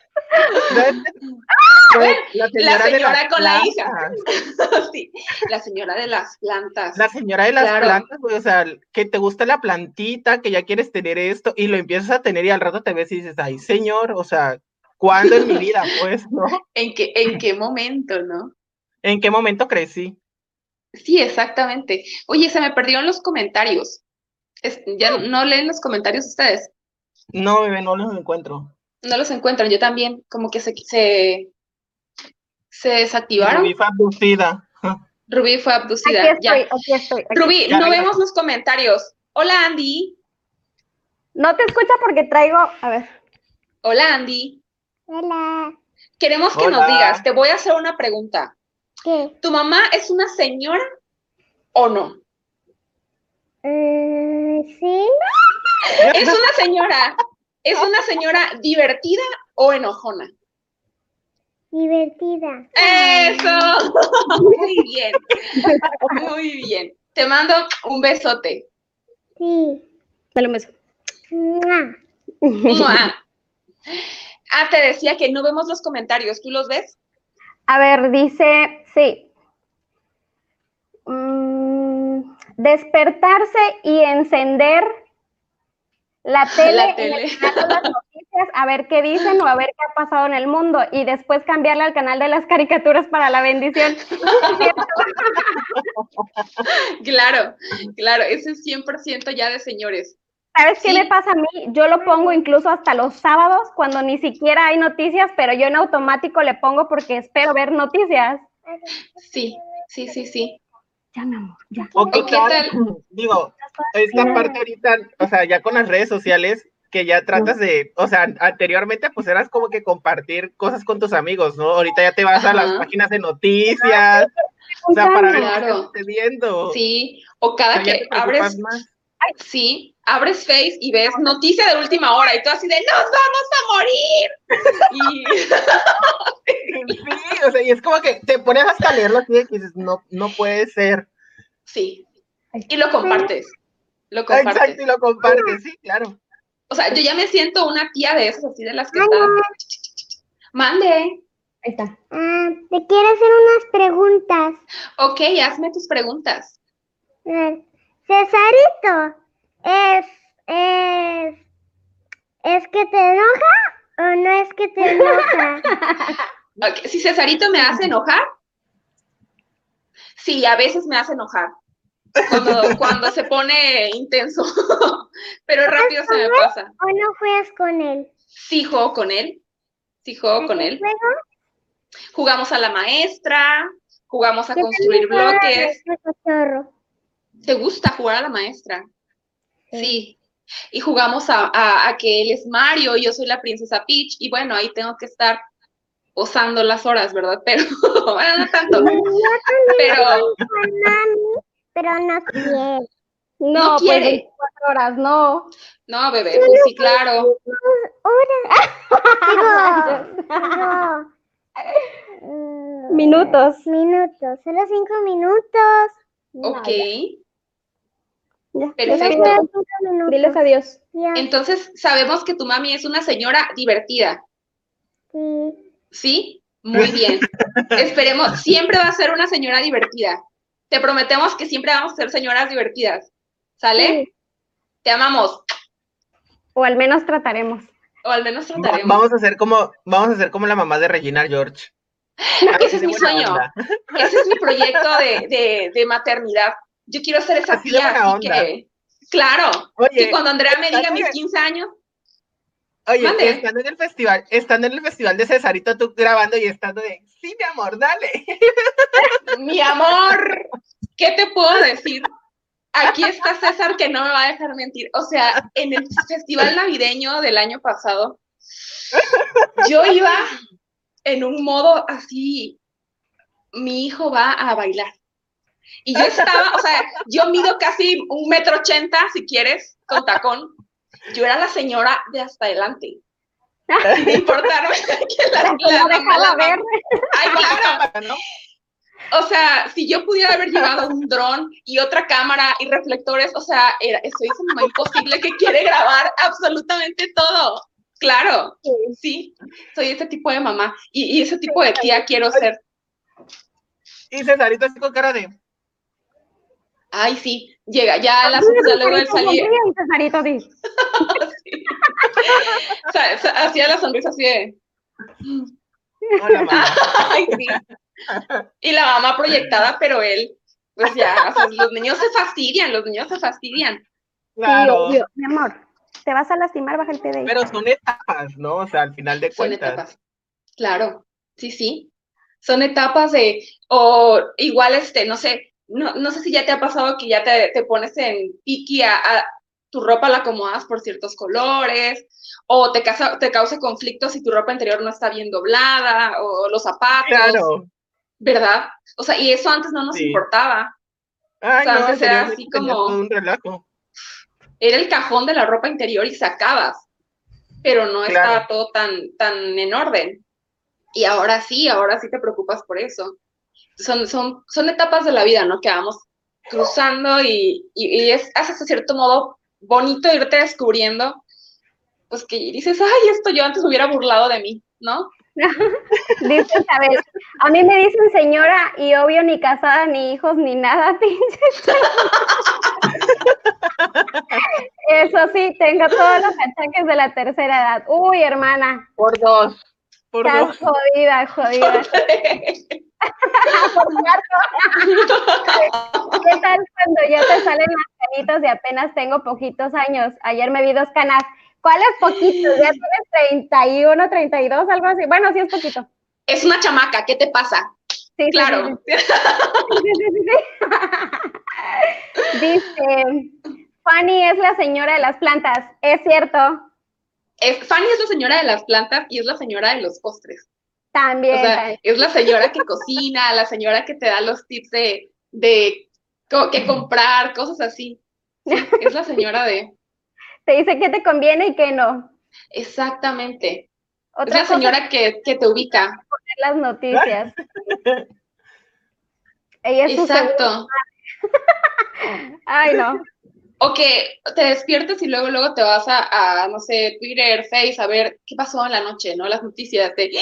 Güey, la La señora de las señora con la hija. plantas. Sí, la señora de las La plantas. señora de las Claro, plantas, güey, o sea, que te gusta la plantita, que ya quieres tener esto, y lo empiezas a tener y al rato te ves y dices, ay, señor, o sea, ¿cuándo en mi vida, pues, no? ¿en qué, en qué momento, no? ¿En qué momento crecí? Sí, exactamente. Oye, se me perdieron los comentarios. Es- ¿ya no leen los comentarios ustedes? No, bebé, no los encuentro. No los encuentran, yo también, como que se, se, se Y desactivaron. Rubí fue abducida. Rubí fue aquí abducida, estoy, ya. aquí estoy, aquí Rubí, estoy. Ya no vemos regresó. los comentarios. Hola, Andy. No te escucha porque traigo, a ver. Hola, Andy. Hola. Queremos que nos digas, Hola. te voy a hacer una pregunta. ¿Qué? ¿Tu mamá es una señora o no? Eh, sí. Es una señora. ¿Es una señora divertida o enojona? Divertida. ¡Eso! Muy bien. Muy bien. Te mando un besote. Sí. Dale un beso. Mua. ¡Mua! Ah, te decía que no vemos los comentarios. ¿Tú los ves? A ver, dice, sí. Mm, despertarse y encender la tele, La en el tele. canal de las noticias, a ver qué dicen o a ver qué ha pasado en el mundo y después cambiarle al canal de las caricaturas para la bendición. Claro, claro, ese es cien por ciento ya de señores. ¿Sabes qué Sí. me pasa a mí? Yo lo pongo incluso hasta los sábados cuando ni siquiera hay noticias, pero yo en automático le pongo porque espero ver noticias. Sí, sí, sí, sí. Ya, mi amor, ya. ¿O qué ¿O qué tal? tal? Digo, esta parte ahorita, o sea, ya con las redes sociales, que ya tratas de, o sea, anteriormente pues eras como que compartir cosas con tus amigos, ¿no? Ahorita ya te vas a las Ajá. páginas de noticias, o sea, para ver qué está Claro. sucediendo. Sí, o O cada sea, ya que te preocupas abres, más. sí, abres Face y ves noticia de última hora y tú así de ¡nos vamos a morir! Y Sí, o sea, y es como que te pones hasta a leerlo así de que dices, no, no puede ser. sí, y lo compartes, lo compartes. Exacto, y lo compartes, sí, claro. O sea, yo ya me siento una tía de esas, así de las que están. Mande. Ahí está. Ah, te quiero hacer unas preguntas. Ok, hazme tus preguntas. A ver, Cesarito, ¿es, es, ¿es que te enoja o no es que te enoja? Ok, si Cesarito me hace enojar, sí, a veces me hace enojar. Cuando, cuando se pone intenso, pero rápido se me pasa. ¿O no juegas con él? Sí juego con él, sí juego con qué él. juego? Jugamos a la maestra, jugamos a Yo construir también juego a la bloques. maestra Cotorro. ¿Te gusta jugar a la maestra? Sí. Sí. Y jugamos a, a, a que él es Mario y yo soy la princesa Peach. Y bueno, ahí tengo que estar posando las horas, ¿verdad? Pero, bueno, no tanto. Yo también Pero, juego con mami, pero no quiero. No, No pues quiere. veinticuatro horas, no. no, bebé, pues sí, claro. Horas. Digo, digo, mm, Minutos. Minutos, solo cinco minutos. Ok. Ya, Perfecto. ya, Cinco minutos. diles adiós. Ya, Entonces, sabemos que tu mami es una señora divertida, sí. ¿sí? Muy bien. Esperemos, siempre va a ser una señora divertida. Te prometemos que siempre vamos a ser señoras divertidas. ¿Sale? Sí. Te amamos. O al menos trataremos. O al menos Va- trataremos. Vamos a hacer como, vamos a hacer como la mamá de Regina George. Ese es de mi buena sueño. onda. Ese es mi proyecto de, de, de maternidad. Yo quiero ser esa Así de tía, buena así onda. que, claro, Oye, que cuando Andrea me diga estando mis en- quince años, Oye, Mande. estando en el festival, estando en el festival de Cesarito, tú grabando y estando de, sí, mi amor, dale. mi amor, ¿qué te puedo decir? Aquí está César que no me va a dejar mentir. O sea, en el festival navideño del año pasado, yo iba en un modo así, mi hijo va a bailar. Y yo estaba, o sea, yo mido casi un metro ochenta, si quieres, con tacón. Yo era la señora de hasta adelante. Sin importarme que la, No la, mamá, dejaba la ver. mamá- Ay, claro. ¿No? O sea, si yo pudiera haber llevado un dron y otra cámara y reflectores, o sea, era, soy esa mamá imposible que quiere grabar absolutamente todo. Claro, sí, soy ese tipo de mamá y, y ese tipo de tía quiero ser. Y Cesarito así con cara de, Ay, sí, llega, ya, la, ya luego él salía, Sonríe y Cesarito así. o sea, sa- hacía la sonrisa así de, hola mamá. ay, sí. Y la mamá proyectada, pero él, pues ya, o sea, los niños se fastidian, los niños se fastidian. Sí, Claro, obvio. Mi amor, te vas a lastimar, baja el P D I. pero son etapas, ¿no? O sea, al final de Son cuentas. etapas. Claro, sí, sí. Son etapas de, o igual, este, no sé, no, no sé si ya te ha pasado que ya te, te pones en piqui a, a tu ropa la acomodas por ciertos colores, o te causa, te causa conflicto si tu ropa interior no está bien doblada, o los zapatos, Claro. ¿verdad? O sea, y eso antes no nos Sí. importaba. Ay, O sea, no, antes era anteriormente así tenías como- todo un relajo. Era el cajón de la ropa interior y sacabas. pero no Claro. estaba todo tan, tan en orden. Y ahora sí, ahora sí te preocupas por eso. Son, son, son etapas de la vida, ¿no? Que vamos cruzando y, y, y es hasta cierto modo bonito irte descubriendo, pues que dices, ay, esto yo antes me hubiera burlado de mí, ¿no? Dice Isabel, a mí me dicen señora y obvio ni casada, ni hijos, ni nada, pinche. Eso sí, tengo todos los achaques de la tercera edad. Uy, hermana, Por dos, por estás dos. jodida, jodida. Por cuarto. ¿Qué tal cuando ya te salen las canitas y apenas tengo poquitos años? Ayer me vi dos canas. ¿Cuáles poquitos? Ya tienes treinta y uno, treinta y dos, algo así. Bueno, sí es poquito. Es una chamaca, ¿qué te pasa? Sí, Claro. Sí, sí, sí. Sí, sí, sí. Dice, Fanny es la señora de las plantas. Es cierto. Es, Fanny es la señora de las plantas y es la señora de los postres. También. O sea, también. es la señora que cocina, la señora que te da los tips de, de co- qué comprar, cosas así. Sí, es la señora de... Te dice qué te conviene y qué no. Exactamente. Otra es la cosa señora que, que te ubica. es las noticias. Ella es su segunda. Exacto. Ay, no. O que te despiertes y luego, luego te vas a, a, no sé, Twitter, Face, a ver qué pasó en la noche, ¿no? Las noticias de...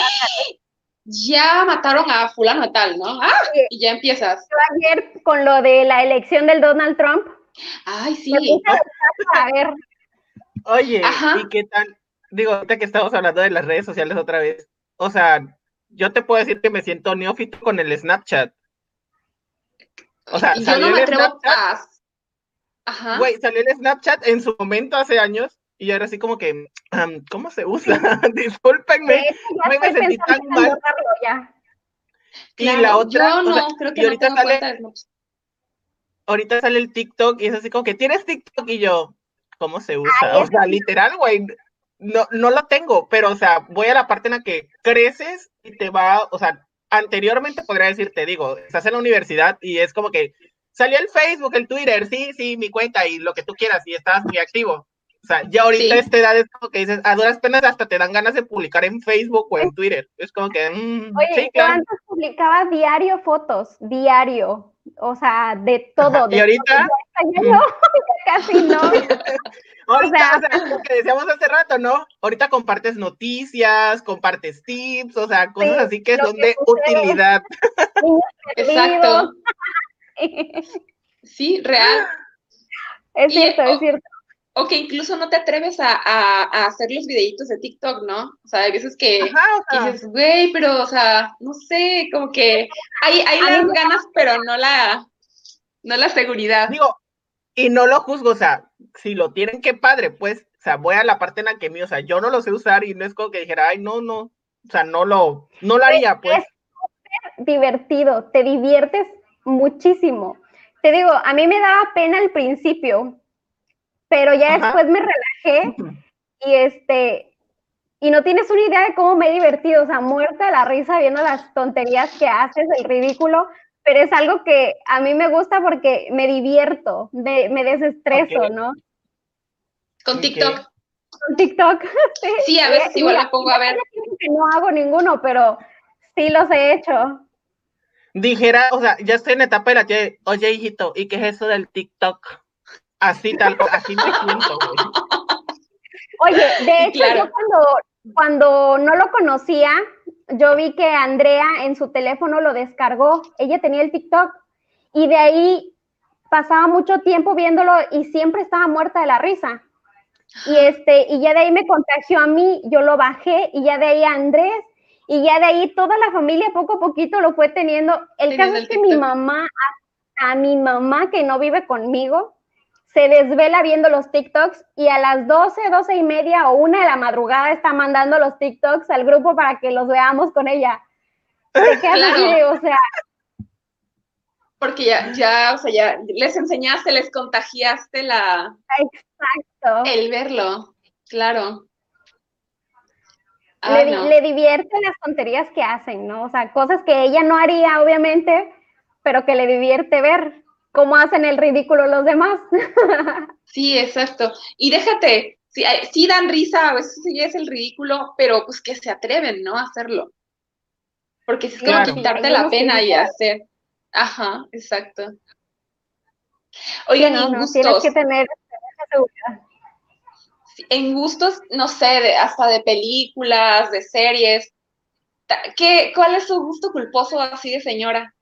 Ya mataron a fulano de tal, ¿no? ¡Ah! Y ya empiezas. Yo ayer con lo de la elección del Donald Trump, Ay, me sí. puse a buscar para ver. Oye, Ajá. ¿y qué tal? Digo, ahorita que estamos hablando de las redes sociales otra vez. O sea, yo te puedo decir que me siento neófito con el Snapchat. O sea, Y yo salió no me el atrevo Snapchat, a... Ajá. güey, salió el Snapchat en su momento hace años y yo era así como que, um, ¿cómo se usa? De Discúlpenme, hecho, ya güey, me estoy sentí pensando tan en mal. borrarlo ya. Y la Claro, otra, yo o no, sea, creo que y no ahorita tengo sale, cuenta de Snapchat. ahorita sale el TikTok y es así como que, ¿tienes TikTok? Y yo, ¿cómo se usa? Ay, O eso sea, sí. literal, güey, no, no lo tengo, pero, o sea, voy a la parte en la que creces y te va, o sea, anteriormente podría decirte, digo, estás en la universidad y es como que salió el Facebook, el Twitter, sí, sí, mi cuenta y lo que tú quieras y estás muy activo. O sea, ya ahorita Sí. esta edad es como que dices, a duras penas hasta te dan ganas de publicar en Facebook o en Twitter. Es como que, mm, Oye, sí, yo claro. antes publicaba diario fotos, diario, o sea, de todo. Ajá, De y ahorita, todo. Ya no, ya casi no. ahorita, O sea, o sea, lo que decíamos hace rato, ¿no? Ahorita compartes noticias, compartes tips, o sea, cosas sí, así que lo son que de sucede, utilidad. niños perdidos. Exacto. Sí, real. Es Y, cierto, es o, cierto. o que incluso no te atreves a, a, a hacer los videitos de TikTok, ¿no? O sea, hay veces que, Ajá, o que sea, dices, güey, pero, o sea, no sé, como que hay, hay A mí las me- ganas, pero no la, no la seguridad. digo, y no lo juzgo, o sea, si lo tienen, qué padre, pues, o sea, voy a la parte en la que mí, o sea, yo no lo sé usar y no es como que dijera, ay, no, no, o sea, no lo, no lo haría, pues. Es divertido, te diviertes muchísimo. Te digo, a mí me daba pena al principio, pero ya Ajá. después me relajé y este, y no tienes una idea de cómo me he divertido, o sea, muerta de la risa viendo las tonterías que haces, el ridículo, pero es algo que a mí me gusta porque me divierto, me, me desestreso, Ok. ¿no? Con Ok. TikTok. Con TikTok. Sí, a veces Eh, igual mira, me pongo a ver. que no hago ninguno, pero sí los he hecho. Dijera, o sea, ya estoy en etapa de la tía de, oye, hijito, ¿y qué es eso del TikTok? Así tal, así me siento, güey. Oye, de Sí, hecho, claro. yo cuando, cuando no lo conocía, yo vi que Andrea en su teléfono lo descargó. Ella tenía el TikTok y de ahí pasaba mucho tiempo viéndolo y siempre estaba muerta de la risa. Y este, y ya de ahí me contagió a mí, yo lo bajé y ya de ahí a Andrés y ya de ahí toda la familia poco a poquito lo fue teniendo. El Teniendo caso el es que mi TikTok. mamá, a mi mamá que no vive conmigo, se desvela viendo los TikToks y a las doce, doce y media o una de la madrugada está mandando los TikToks al grupo para que los veamos con ella. Te quedas Claro. así de, o sea, Porque ya, ya, o sea, ya les enseñaste, les contagiaste la, exacto. el verlo. Claro. Le, Ay, di- no. le divierte las tonterías que hacen, ¿no? O sea, cosas que ella no haría, obviamente, pero que le divierte ver cómo hacen el ridículo los demás. Sí, exacto. Y déjate, sí, hay- sí dan risa, a veces sí es el ridículo, pero pues que se atreven, ¿no? A hacerlo. Porque es como Claro. quitarte Hay la unos que pena sí y pueden. hacer. Ajá, exacto. Sí, Oigan, y no, en no, tienes gustos, que tener esa seguridad. sí, en gustos, no sé, de- hasta de películas, de series, ta- ¿qué, cuál es su gusto culposo así de señora?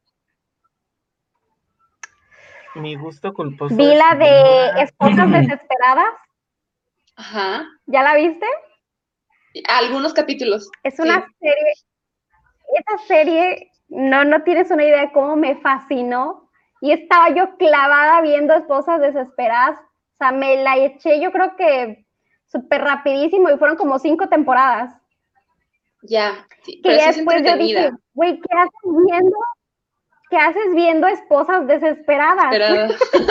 Mi gusto culposo Vi de la de señora. Esposas Desesperadas, Ajá, ¿ya la viste? algunos capítulos, Es sí. una serie, esa serie, no, no tienes una idea de cómo me fascinó. Y estaba yo clavada viendo Esposas Desesperadas. O sea, me la eché yo creo que súper rapidísimo y fueron como cinco temporadas. Ya, sí, Que pero ya sí es después yo dije, entretenida, güey, ¿qué haces viendo? ¿Qué haces viendo Esposas Desesperadas? pero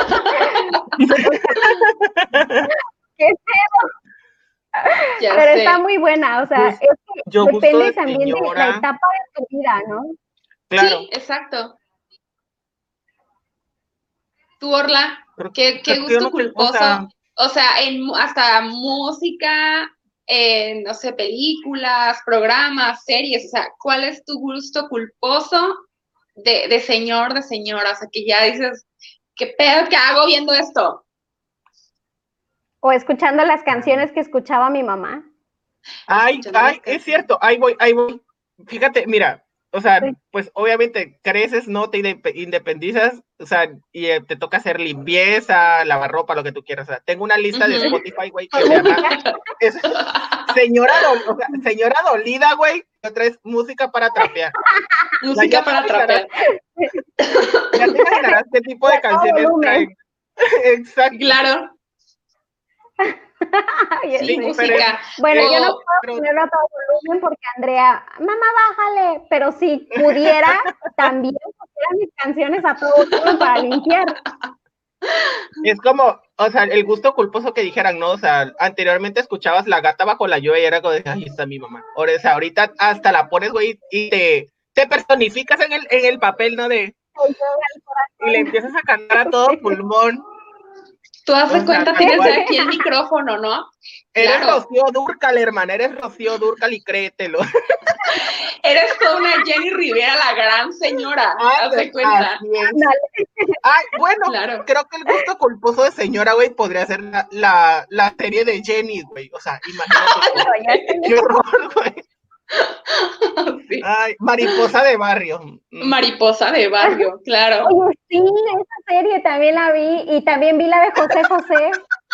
¿Qué? ya Pero está sé. muy buena, o sea, Gus- es que yo gusto depende de también de la señora, etapa de tu vida, ¿no? claro, Sí, exacto. Tú, Orla, creo, ¿qué, qué creo que yo gusto no tengo, o sea, culposo? O sea, en mu- hasta música, en, no sé, películas, programas, series, o sea, ¿cuál es tu gusto culposo de, de señor, de señora? O sea, que ya dices, ¿qué pedo que hago viendo esto? O escuchando las canciones que escuchaba mi mamá. ay, Escuchando las ay, es canciones. cierto, ahí voy, ahí voy. Fíjate, mira, o sea, Sí. pues obviamente creces, ¿no? Te inde- independizas, o sea, y eh, te toca hacer limpieza, lavar ropa, lo que tú quieras. O sea, tengo una lista de Ujú. Spotify, güey, que Con se llama música. es- Señora, Dol- o sea, señora dolida, güey, que traes música para trapear. O sea, Música ya te para imaginarás, trapear. ya te imaginarás qué tipo Y de a todo canciones volumen. traen. Exacto. Claro, Oye, sí, Sí, sí. pero es, música. Bueno, yo no es- O, puedo pero ponerlo a todo volumen porque Andrea, mamá, bájale, pero si pudiera, también pusiera mis canciones a todo volumen para limpiar. es como, o sea, el gusto culposo que dijeran, ¿no? O sea, anteriormente escuchabas La Gata Bajo la Lluvia y era como de, ahí está mi mamá. Ahora, o sea, ahorita hasta la pones, güey, y te, te personificas en el, en el papel, ¿no? De, y le empiezas a cantar a todo pulmón. tú haz de O sea, cuenta, tal tienes cual. aquí el micrófono, ¿no? Eres Claro, Rocío Dúrcal, hermana, eres Rocío Dúrcal y créetelo. eres toda una Jenny Rivera, la gran señora, haz de Así cuenta. es. Ándale. Ay, bueno, Claro. creo que el gusto culposo de señora, güey, podría ser la, la, la serie de Jenny, güey. O sea, imagínate. Pero ya estoy- Qué horror, güey. Sí. Ay, mariposa de barrio. Mm. Mariposa de barrio, claro. Oye, sí, esa serie también la vi y también vi la de José José.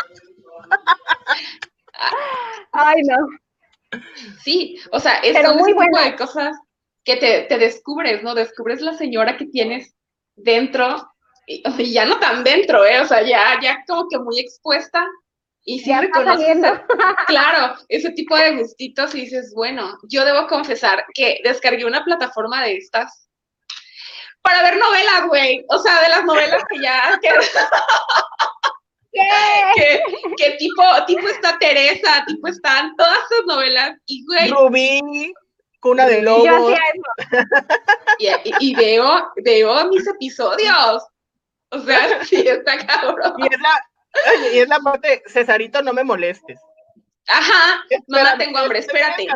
Ay, no. Sí, o sea, es, Pero son muy ese tipo buena. de cosas que te, te descubres, ¿no? Descubres la señora que tienes dentro, y, y ya no tan dentro, ¿eh? O sea, ya, ya como que muy expuesta, y sí Ya está reconoces, saliendo. ese- claro, ese tipo de gustitos y dices, bueno, yo debo confesar que descargué una plataforma de estas para ver novelas, güey, o sea, de las novelas que ya, que, ¿Qué? que, que tipo, tipo está Teresa, tipo están todas esas novelas, y güey, Rubí, Cuna de Rubí. Yo Lobos. hacía eso. y, y- y veo, veo mis episodios. O sea, sí, está cabrón. Y es la, oye, y es la parte, Cesarito, no me molestes. Ajá, mamá, Espérame, tengo hambre, espérate.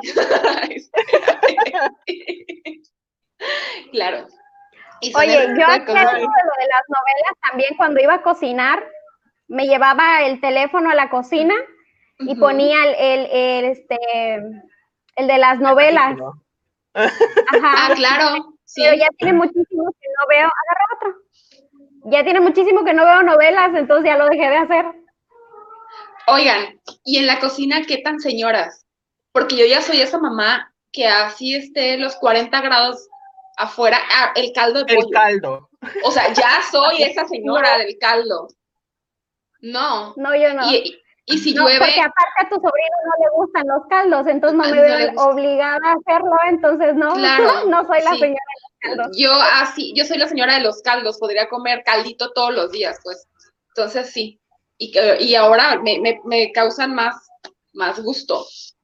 Espérate. Claro. Y son Oye, ese yo tipo de hacía cosas. eso de lo de las novelas también cuando iba a cocinar. Me llevaba el teléfono a la cocina y Ujú. ponía el, el, el, este, el de las novelas. Ah, Ajá. claro, sí. Pero ya tiene muchísimo que no veo. Agarra otro. Ya tiene muchísimo que no veo novelas, entonces ya lo dejé de hacer. Oigan, ¿y en la cocina qué tan señoras? Porque yo ya soy esa mamá que así esté los cuarenta grados afuera, ah, el caldo de El pollo. caldo. O sea, ya soy esa señora del caldo. No. No, yo no. Y, y si No, llueve, porque aparte a tu sobrino no le gustan los caldos, entonces no Ah, me no veo le gusta. obligada a hacerlo, entonces no, claro. no soy la sí. señora de los caldos. Yo así, yo soy la señora de los caldos, podría comer caldito todos los días, pues. Entonces sí. Y, que- y ahora me, me, me causan más, más gusto.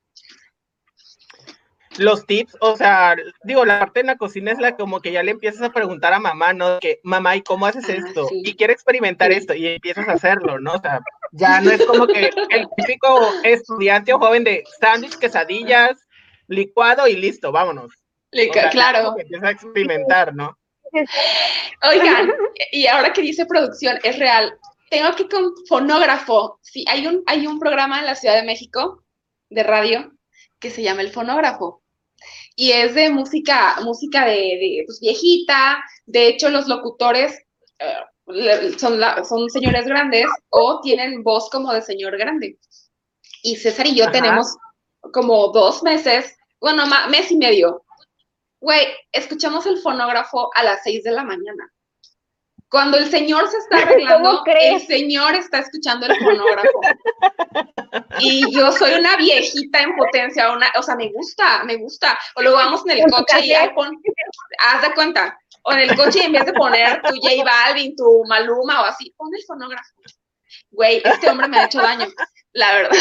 Los tips, o sea, digo, la parte en la cocina es la como que ya le empiezas a preguntar a mamá, ¿no? Que, mamá, ¿y cómo haces Ah, esto? sí. Y quiero experimentar Sí. esto, y empiezas a hacerlo, ¿no? O sea, Ya no es como que el típico estudiante o joven de sándwich, quesadillas, licuado y listo, vámonos. O sea, claro. como que empieza a experimentar, ¿no? Oigan, y ahora que dice producción, es real. Tengo aquí con fonógrafo. Sí, hay un, hay un programa en la Ciudad de México de radio que se llama El Fonógrafo. Y es de música, música de, de pues, viejita. De hecho, los locutores uh, son, la, son señores grandes o tienen voz como de señor grande. Y César y yo Ajá. tenemos como dos meses, bueno, ma, mes y medio. Güey, escuchamos el fonógrafo a las seis de la mañana. Cuando el señor se está arreglando, el señor está escuchando el fonógrafo. Y yo soy una viejita en potencia, una, o sea, me gusta, me gusta. O luego vamos en el coche y ahí pon, haz de cuenta, o en el coche y en vez de poner tu J Balvin, tu Maluma o así, pon el fonógrafo. Güey, este hombre me ha hecho daño, la verdad.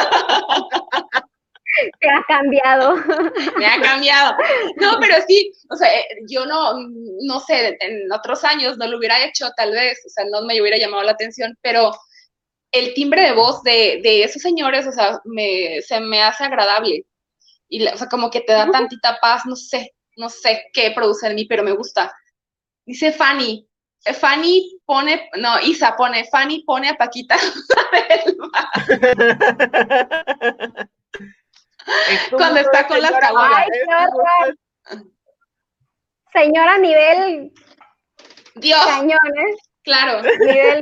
Te ha cambiado. Me ha cambiado. No, pero sí, o sea, yo no, no sé, en otros años no lo hubiera hecho, tal vez, o sea, no me hubiera llamado la atención, pero el timbre de voz de, de esos señores, o sea, me, se me hace agradable. Y, o sea, como que te da tantita paz, no sé, no sé qué produce en mí, pero me gusta. Dice Fanny, Fanny pone, no, Isa pone, Fanny pone a Paquita cuando está con las caguamas. Señora a nivel Dios. Cañones. Claro. Nivel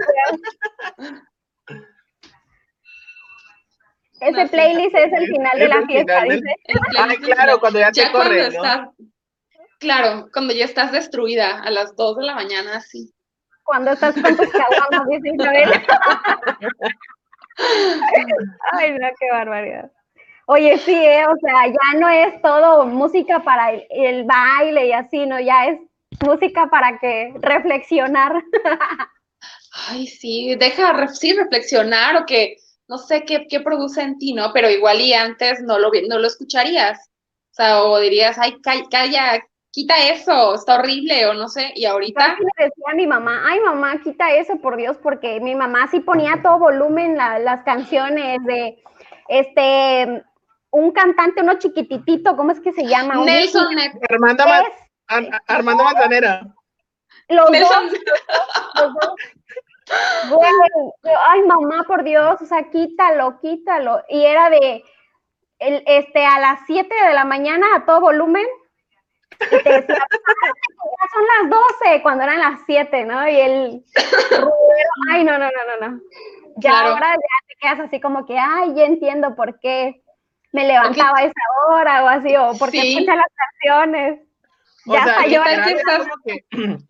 Ese no, playlist sí, es el final es de la fiesta, del... dice. Ay, claro, cuando ya te ya corren, cuando ¿no? estás, claro, cuando ya estás destruida a las dos de la mañana, sí. Cuando estás con tus caguamas, dice Isabel. Ay, no, qué barbaridad. Oye, sí, ¿eh? O sea, ya no es todo música para el, el baile y así, ¿no? Ya es música para que reflexionar. Ay, sí, deja, sí, reflexionar o que, no sé qué, qué produce en ti, ¿no? Pero igual y antes no lo, no lo escucharías. O sea, o dirías, ay, calla, calla, quita eso, está horrible, o no sé, y ahorita... Yo le decía a mi mamá, ay, mamá, quita eso, por Dios, porque mi mamá sí ponía a todo volumen la, las canciones de, este... un cantante, uno chiquititito, ¿cómo es que se llama? Nelson un... Armando, es... Ar Armando Manzanera. Los Nelson. dos, los dos. Bueno, ay, mamá, por Dios, o sea, quítalo, quítalo. Y era de, el, este, a las siete de la mañana a todo volumen, y te decía, ya son las doce, cuando eran las siete, ¿no? Y el, ay, no, no, no, no, no. Ya claro. Ahora ya te quedas así como que, ay, ya entiendo por qué me levantaba a esa hora o así, o porque sí. Escucha las canciones. O ya sea, literal, es como que,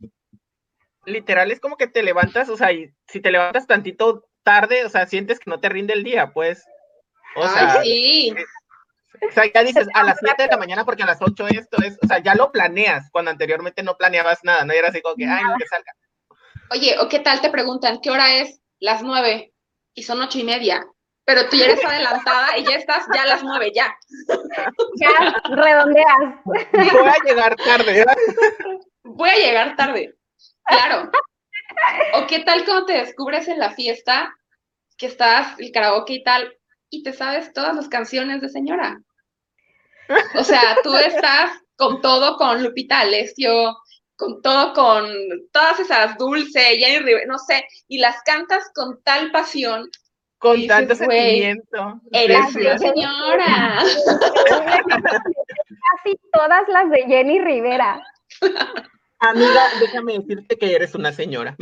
literal es como que te levantas, o sea, y si te levantas tantito tarde, o sea, sientes que no te rinde el día, pues. O sea, Ay, sí. eh, o sea, ya dices a las siete de la mañana porque a las ocho esto es, o sea, ya lo planeas, cuando anteriormente no planeabas nada, no era así como que, ay, no te salga. Oye, o qué tal te preguntan, ¿qué hora es? Las nueve, y son ocho y media. Pero tú ya eres adelantada y ya estás ya a las nueve, ya. Ya redondeas. Voy a llegar tarde. Voy a llegar tarde. Claro. O qué tal cuando te descubres en la fiesta que estás, el karaoke y tal, y te sabes todas las canciones de señora. O sea, tú estás con todo, con Lupita Alessio, con todo, con todas esas Dulce, Jenny Rivera, no sé, y las cantas con tal pasión. Con dices, tanto sentimiento. Eres sí, una sí. señora. Casi todas las de Jenny Rivera. Amiga, déjame decirte que eres una señora.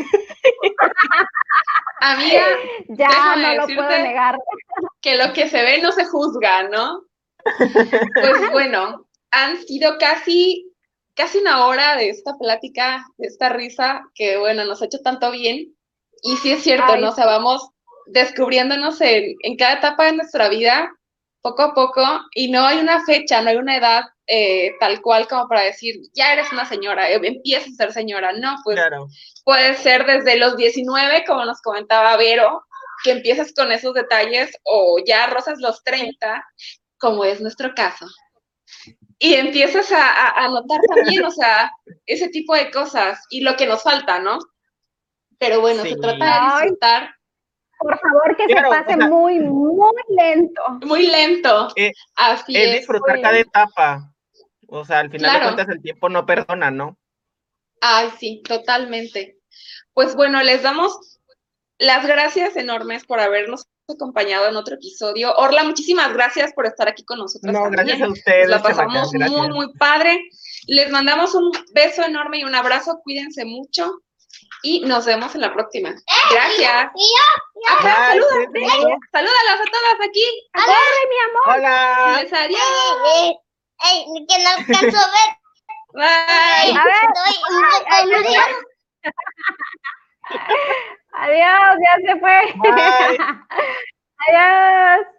Amiga, ya no lo puedo negar. Que lo que se ve no se juzga, ¿no? Pues bueno, han sido casi, casi una hora de esta plática, de esta risa, que bueno, nos ha hecho tanto bien. Y sí es cierto, Ay. ¿no? O sea, vamos descubriéndonos en, en cada etapa de nuestra vida, poco a poco, y no hay una fecha, no hay una edad eh, tal cual como para decir, ya eres una señora, eh, empiezas a ser señora, no, pues claro. Puede ser desde los diecinueve, como nos comentaba Vero, que empiezas con esos detalles, o ya rozas los treinta, como es nuestro caso, y empiezas a, a, a notar también, o sea, ese tipo de cosas, y lo que nos falta, ¿no? Pero bueno, sí. Se trata de disfrutar por favor, que Claro, se o pase sea, muy, muy lento. Muy lento. Eh, Así es es. disfrutar muy cada bien. etapa. O sea, al final Claro. de cuentas el tiempo no perdona, ¿no? Ay, sí, totalmente. Pues bueno, les damos las gracias enormes por habernos acompañado en otro episodio. Orla, muchísimas gracias por estar aquí con nosotros No, también. gracias a Nos ustedes, la chamacas, pasamos muy, gracias. muy padre. Les mandamos un beso enorme y un abrazo. Cuídense mucho y nos vemos en la próxima. Gracias. Acá, Bye, saluda, cuídense ven, mucho. salúdalas a todas aquí. Corre, mi amor. Hola. Diles adiós. Ey, ey, que no alcanzo a ver. Bye. A ver. Estoy un poco Ay, lejos. Adiós, ya se fue. Bye. Adiós.